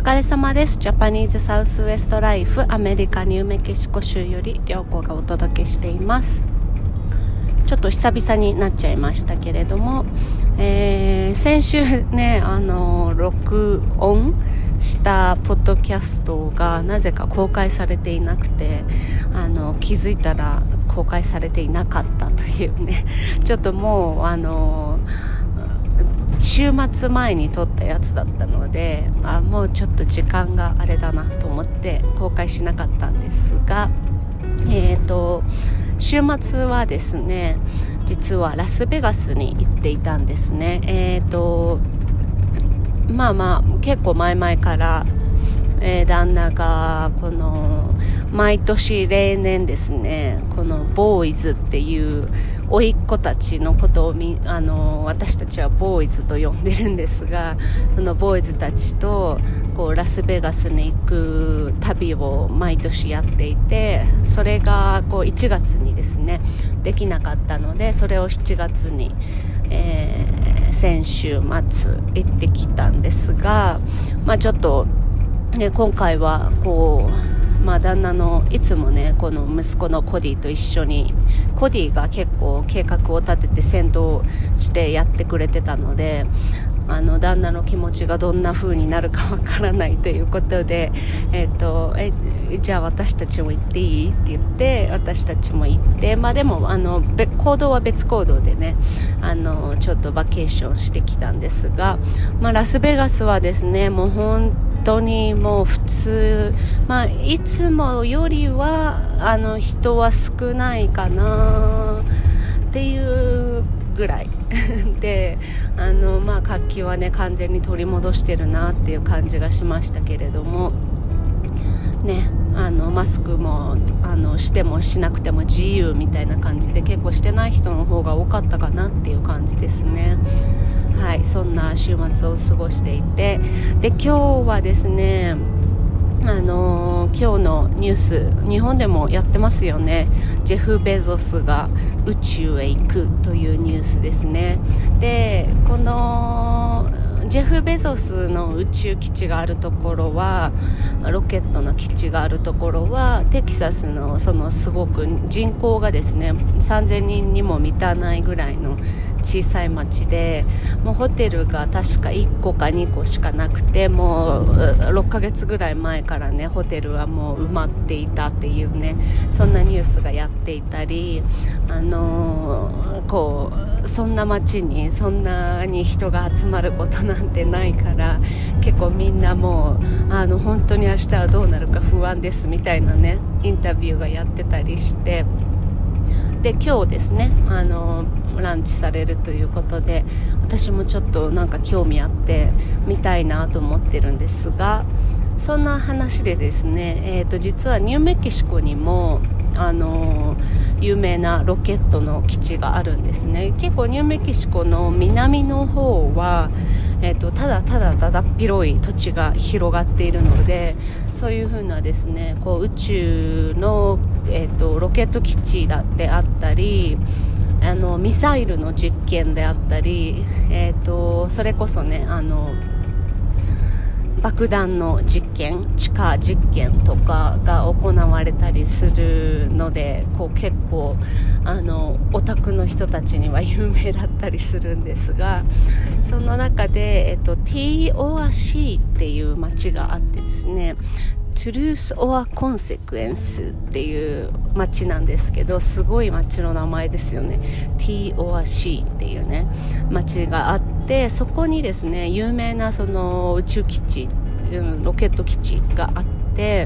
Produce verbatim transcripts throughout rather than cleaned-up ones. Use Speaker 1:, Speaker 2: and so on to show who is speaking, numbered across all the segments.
Speaker 1: 疲れ様です。ジャパニーズサウスウエストライフアメリカニューメキシコ州より涼子がお届けしています。ちょっと久々になっちゃいましたけれども、えー、先週ねあの録音したポッドキャストがなぜか公開されていなくて、あの気づいたら公開されていなかったというね、ちょっともうあの週末前に撮ったやつだったので、あもうちょっと時間があれだなと思って公開しなかったんですが、えーと週末はですね、実はラスベガスに行っていたんですね。えーとまあまあ結構前々から、えー、旦那がこの毎年例年ですね、このボーイズっていう甥っ子たちのことをみあの私たちはボーイズと呼んでるんですが、そのボーイズたちとこうラスベガスに行く旅を毎年やっていて、それがこういちがつにですねできなかったので、それをしちがつに、えー、先週末行ってきたんですが、まあちょっと、ね、今回はこうまあ、旦那のいつもねこの息子のコディと一緒に、コディが結構計画を立てて先導してやってくれてたので、あの旦那の気持ちがどんな風になるかわからないということで、えーと、えじゃあ私たちも行っていいって言って私たちも行って、まあでもあの行動は別行動でね、あのちょっとバケーションしてきたんですが、まあ、ラスベガスはですねもう本当にもう普通、まあ、いつもよりはあの人は少ないかなっていうぐらいで、あの、まあ、活気はね完全に取り戻してるなっていう感じがしましたけれどもね、あのマスクもあのしてもしなくても自由みたいな感じで、結構してない人の方が多かったかなっていう感じですね。はい、そんな週末を過ごしていて、で今日はですね、あのー、今日のニュース日本でもやってますよね。ジェフ・ベゾスが宇宙へ行くというニュースですね。でこのジェフ・ベゾスの宇宙基地があるところは、ロケットの基地があるところはテキサスのそのすごく人口がですねさんぜんにんにも満たないぐらいの小さい町で、もうホテルが確かいっこかにこしかなくて、もうろっかげつぐらい前からねホテルはもう埋まっていたっていうね、そんなニュースがやっていたり、あのー、こうそんな町にそんなに人が集まることなんてないから、結構みんなもうあの本当に明日はどうなるか不安ですみたいなねインタビューがやってたりして、で今日ですねあのランチされるということで、私もちょっとなんか興味あって見たいなと思ってるんですが、そんな話でですね、えーと、実はニューメキシコにもあの有名なロケットの基地があるんですね。結構ニューメキシコの南の方は、えーと、ただただだだっ広い土地が広がっているので、そういう風なですねこう宇宙の、えーと、ロケット基地だってあったり、あのミサイルの実験であったり、えーと、それこそねあの爆弾の実験、地下実験とかが行われたりするので、こう結構あのオタクの人たちには有名だったりするんですが、その中で、えっと、ティー or C っていう町があってですね、Truth or Consequence っていう町なんですけど、すごい町の名前ですよね。 ティー or C っていうね町があって、そこにですね有名なその宇宙基地、ロケット基地があって、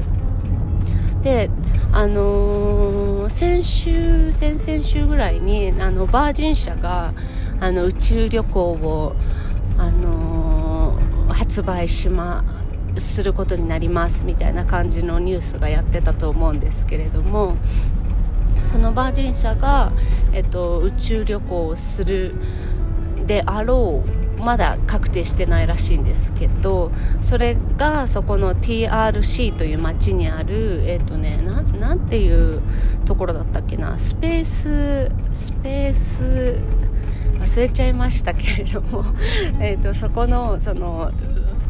Speaker 1: であのー、先週先々週ぐらいにあのバージン社があの宇宙旅行を、あのー、発売しますることになりますみたいな感じのニュースがやってたと思うんですけれども、そのバージン社が、えっと、宇宙旅行をするであろう、まだ確定してないらしいんですけど、それがそこの ティーアールシー という町にある、えっとね、な、なんていうところだったっけな、スペーススペース忘れちゃいましたけれどもえとそこのその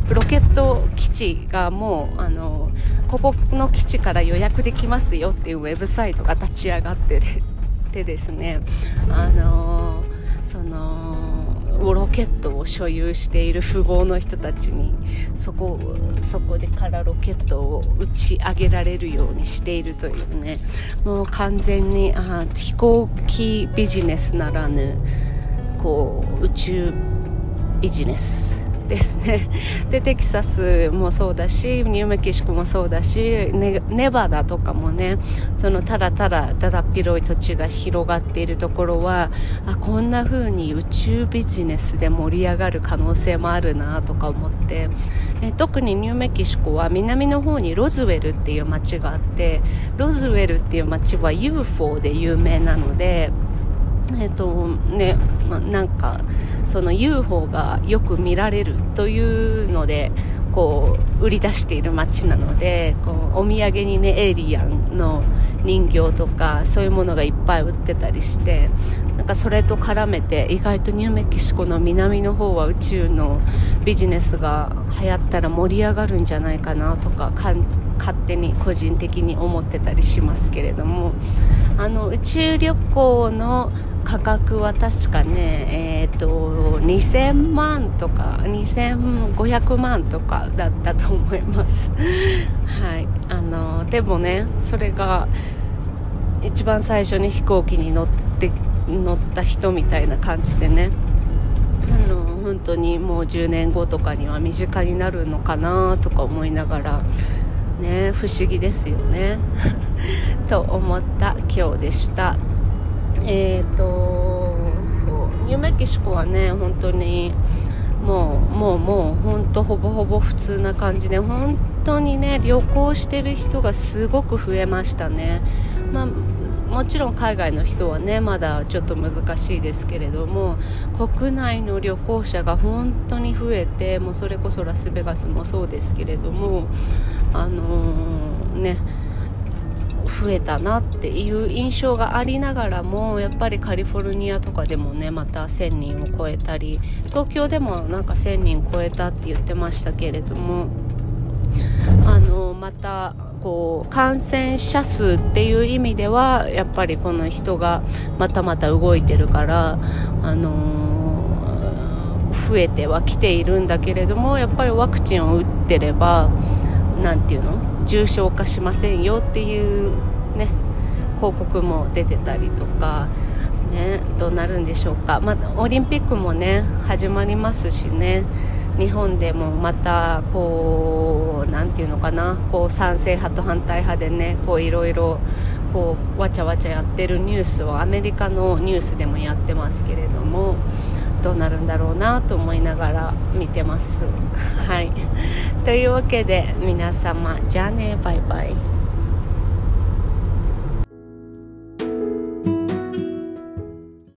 Speaker 1: ロケット基地がもうあのここの基地から予約できますよっていうウェブサイトが立ち上がっててですね、あのそのロケットを所有している富豪の人たちにそこそこでからロケットを打ち上げられるようにしているというね、もう完全にあ飛行機ビジネスならぬこう宇宙ビジネスですね。でテキサスもそうだしニューメキシコもそうだし ネ, ネバダとかもね、そのただただだだっ広い土地が広がっているところはあこんな風に宇宙ビジネスで盛り上がる可能性もあるなとか思って、え特にニューメキシコは南の方にロズウェルっていう街があって、ロズウェルっていう街は ユーフォー で有名なのでえっとね、ま、なんかその ユーフォー がよく見られるというのでこう売り出している街なので、こうお土産にねエイリアンの人形とかそういうものがいっぱい売ってたりして、なんかそれと絡めて意外とニューメキシコの南の方は宇宙のビジネスが流行ったら盛り上がるんじゃないかなとかかん勝手に個人的に思ってたりしますけれども、あの宇宙旅行の価格は確かね、えーと、にせんまんとかにせんごひゃくまんとかだったと思いますはい、あのでもねそれが一番最初に飛行機に乗って乗った人みたいな感じでね、あの本当にもうじゅうねんごとかには身近になるのかなとか思いながらね、不思議ですよねと思った今日でした。えーとそうニューメキシコはね本当にもうもうもう本当ほぼほぼ普通な感じで、本当にね旅行してる人がすごく増えましたね。まあもちろん海外の人はねまだちょっと難しいですけれども、国内の旅行者が本当に増えて、もうそれこそラスベガスもそうですけれども、あのー、ね増えたなっていう印象がありながらも、やっぱりカリフォルニアとかでもねまたせんにんを超えたり、東京でもなんかせんにん超えたって言ってましたけれども、あのまたこう感染者数っていう意味ではやっぱりこの人がまたまた動いてるから、あのー、増えてはきているんだけれども、やっぱりワクチンを打ってればなんていうの重症化しませんよっていうね報告も出てたりとかね、どうなるんでしょうか。まあ、オリンピックもね始まりますしね、日本でもまたこうなんていうのかな、こう賛成派と反対派でねこういろいろこうわちゃわちゃやってるニュースをアメリカのニュースでもやってますけれども、どうなるんだろうなと思いながら見てます。はい、というわけで皆様じゃあね、バイバイ。